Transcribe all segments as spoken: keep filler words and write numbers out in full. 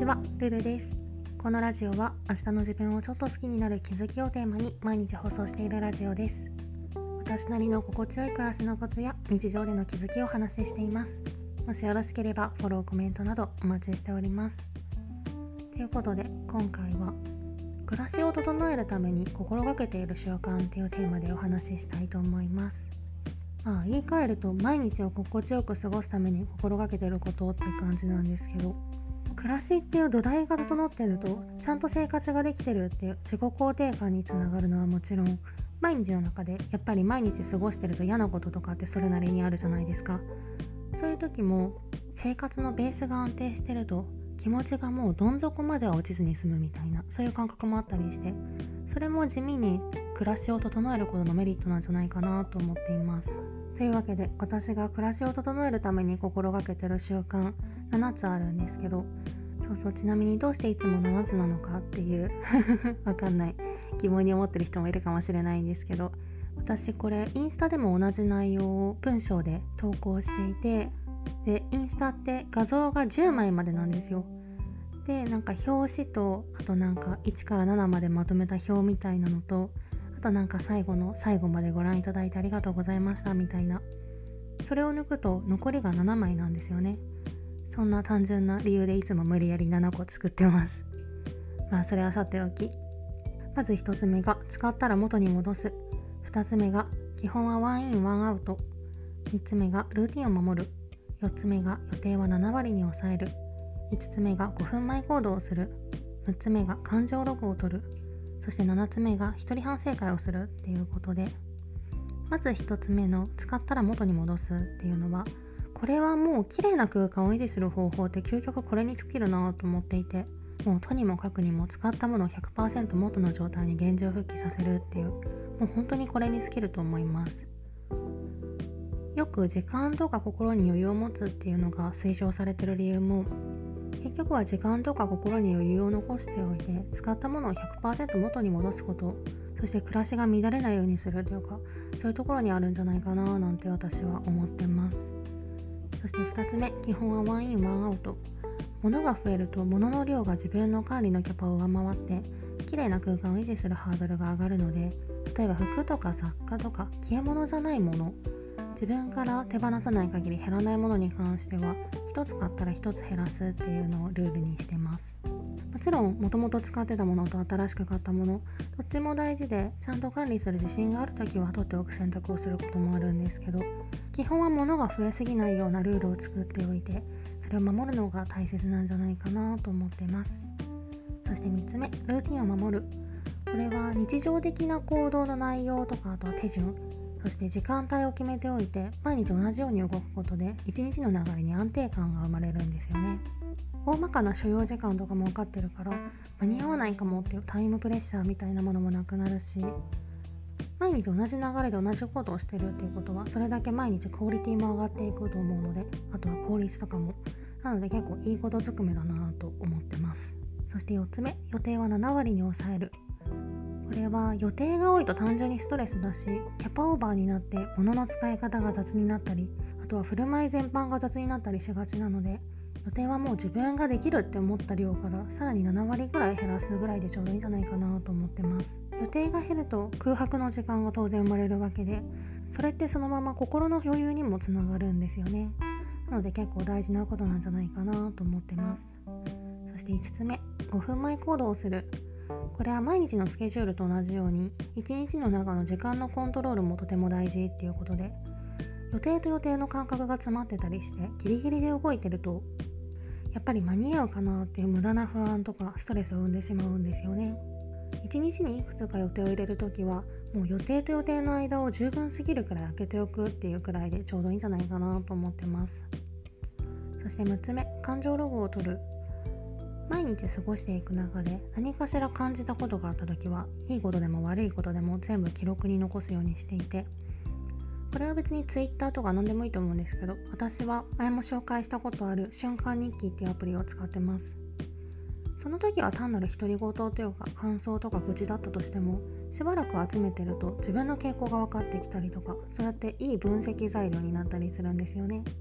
は、ルルです。このラジオは明日の自分をちょっと好きになる気づきをテーマに毎日放送しているラジオです。私なりの心地よい暮らしのコツや日常での気づきをお話ししています。もしよろしければフォロー、コメントなどお待ちしております。ということで今回は暮らしを整えるために心がけている習慣というテーマでお話ししたいと思います。まあ、言い換えると毎日を心地よく過ごすために心がけていることって感じなんですけど、暮らしっていう土台が整ってるとちゃんと生活ができてるっていう自己肯定感につながるのはもちろん、毎日の中でやっぱり毎日過ごしてると嫌なこととかってそれなりにあるじゃないですか。そういう時も生活のベースが安定してると気持ちがもうどん底までは落ちずに済むみたいな、そういう感覚もあったりして、それも地味に暮らしを整えることのメリットなんじゃないかなと思っています。というわけで私が暮らしを整えるために心がけてる習慣ななつあるんですけど、そうそうちなみにどうしていつもななつなのかっていうわかんない疑問に思ってる人もいるかもしれないんですけど、私これインスタでも同じ内容を文章で投稿していて、でインスタって画像がじゅうまいまでなんですよ。でなんか表紙と、あとなんかいちからななまでまとめた表みたいなのと、あとなんか最後の最後までご覧いただいてありがとうございましたみたいな、それを抜くと残りがななまいなんですよね。そんな単純な理由でいつも無理やりななこ作ってます。まあそれはさておき、まずひとつめが使ったら元に戻す、ふたつめが基本はワンインワンアウト、みっつめがルーティンを守る、よっつめが予定はななわりに抑える、いつつめがごふんまえ行動をする、むっつめが感情ログを取る、そしてななつめが一人反省会をするっていうことで、まずひとつめの使ったら元に戻すっていうのは、これはもう綺麗な空間を維持する方法って究極これに尽きるなと思っていて、もうとにもかくにも使ったものを ひゃくパーセント 元の状態に現状復帰させるっていう、もう本当にこれに尽きると思います。よく時間とか心に余裕を持つっていうのが推奨されている理由も、結局は時間とか心に余裕を残しておいて使ったものを ひゃくパーセント 元に戻すこと、そして暮らしが乱れないようにするというか、そういうところにあるんじゃないかななんて私は思ってます。そしてふたつめ、基本はワンインワンアウト。物が増えると物の量が自分の管理のキャパを上回って綺麗な空間を維持するハードルが上がるので、例えば服とか雑貨とか消え物じゃないもの、自分から手放さない限り減らないものに関しては一つ買ったら一つ減らすっていうのをルールにしてます。もちろんもともと使ってたものと新しく買ったもの、どっちも大事で、ちゃんと管理する自信があるときは取っておく選択をすることもあるんですけど、基本は物が増えすぎないようなルールを作っておいて、それを守るのが大切なんじゃないかなと思ってます。そしてみっつめ、ルーティンを守る。これは日常的な行動の内容とか、あとは手順、そして時間帯を決めておいて毎日同じように動くことで一日の流れに安定感が生まれるんですよね。大まかな所要時間とかも分かってるから、間に合わないかもっていうタイムプレッシャーみたいなものもなくなるし、毎日同じ流れで同じことをしてるっていうことは、それだけ毎日クオリティも上がっていくと思うので、あとは効率とかも、なので結構いいことずくめだなと思ってます。そしてよっつめ、予定はななわりに抑える。これは予定が多いと単純にストレスだし、キャパオーバーになって物の使い方が雑になったり、あとは振る舞い全般が雑になったりしがちなので、予定はもう自分ができるって思った量からさらにななわりぐらい減らすぐらいでちょうどいいんじゃないかなと思ってます。予定が減ると空白の時間が当然生まれるわけで、それってそのまま心の余裕にもつながるんですよね。なので結構大事なことなんじゃないかなと思ってます。そしていつつめ、ごふんまえ行動をする。これは毎日のスケジュールと同じようにいちにちの中の時間のコントロールもとても大事っていうことで、予定と予定の間隔が詰まってたりしてギリギリで動いてると、やっぱり間に合うかなっていう無駄な不安とかストレスを生んでしまうんですよね。いちにちにいくつか予定を入れるときは、もう予定と予定の間を十分すぎるくらい空けておくっていうくらいでちょうどいいんじゃないかなと思ってます。そしてむっつめ、感情ログを取る。毎日過ごしていく中で何かしら感じたことがあったときは、いいことでも悪いことでも全部記録に残すようにしていて、これは別にツイッターとか何でもいいと思うんですけど、私は前も紹介したことある瞬間日記っていうアプリを使ってます。その時は単なる独り言というか感想とか愚痴だったとしても、しばらく集めてると自分の傾向が分かってきたりとか、そうやっていい分析材料になったりするんですよね。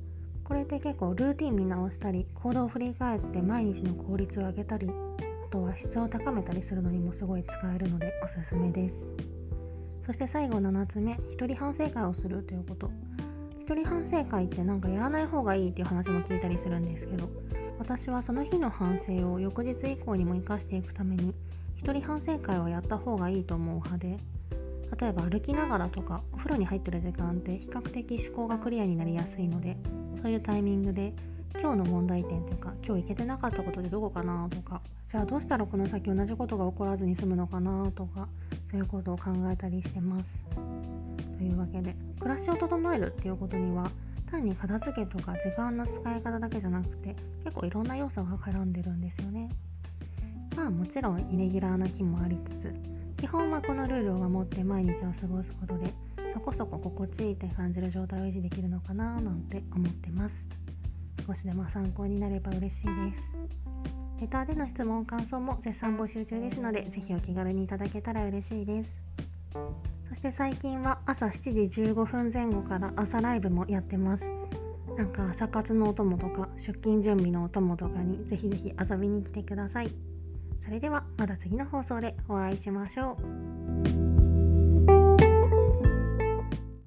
これって結構ルーティン見直したり、行動を振り返って毎日の効率を上げたり、あとは質を高めたりするのにもすごい使えるのでおすすめです。そして最後ななつめ、一人反省会をするということ。一人反省会ってなんかやらない方がいいっていう話も聞いたりするんですけど、私はその日の反省を翌日以降にも生かしていくために一人反省会はやった方がいいと思う派で、例えば歩きながらとかお風呂に入ってる時間って比較的思考がクリアになりやすいので、そういうタイミングで今日の問題点というか、今日いけてなかったことでどこかなとか、じゃあどうしたらこの先同じことが起こらずに済むのかなとか、そういうことを考えたりしてます。というわけで、暮らしを整えるっていうことには単に片付けとか時間の使い方だけじゃなくて、結構いろんな要素が絡んでるんですよね。まあもちろんイレギュラーな日もありつつ、基本はこのルールを守って毎日を過ごすことで、そこそこ心地いいって感じる状態を維持できるのかななんて思ってます。少しでも参考になれば嬉しいです。レターでの質問感想も絶賛募集中ですので、ぜひお気軽にいただけたら嬉しいです。そして最近は朝しちじじゅうごふんぜん後から朝ライブもやってます。なんか朝活のお供とか出勤準備のお供とかにぜひぜひ遊びに来てください。それではまた次の放送でお会いしましょう。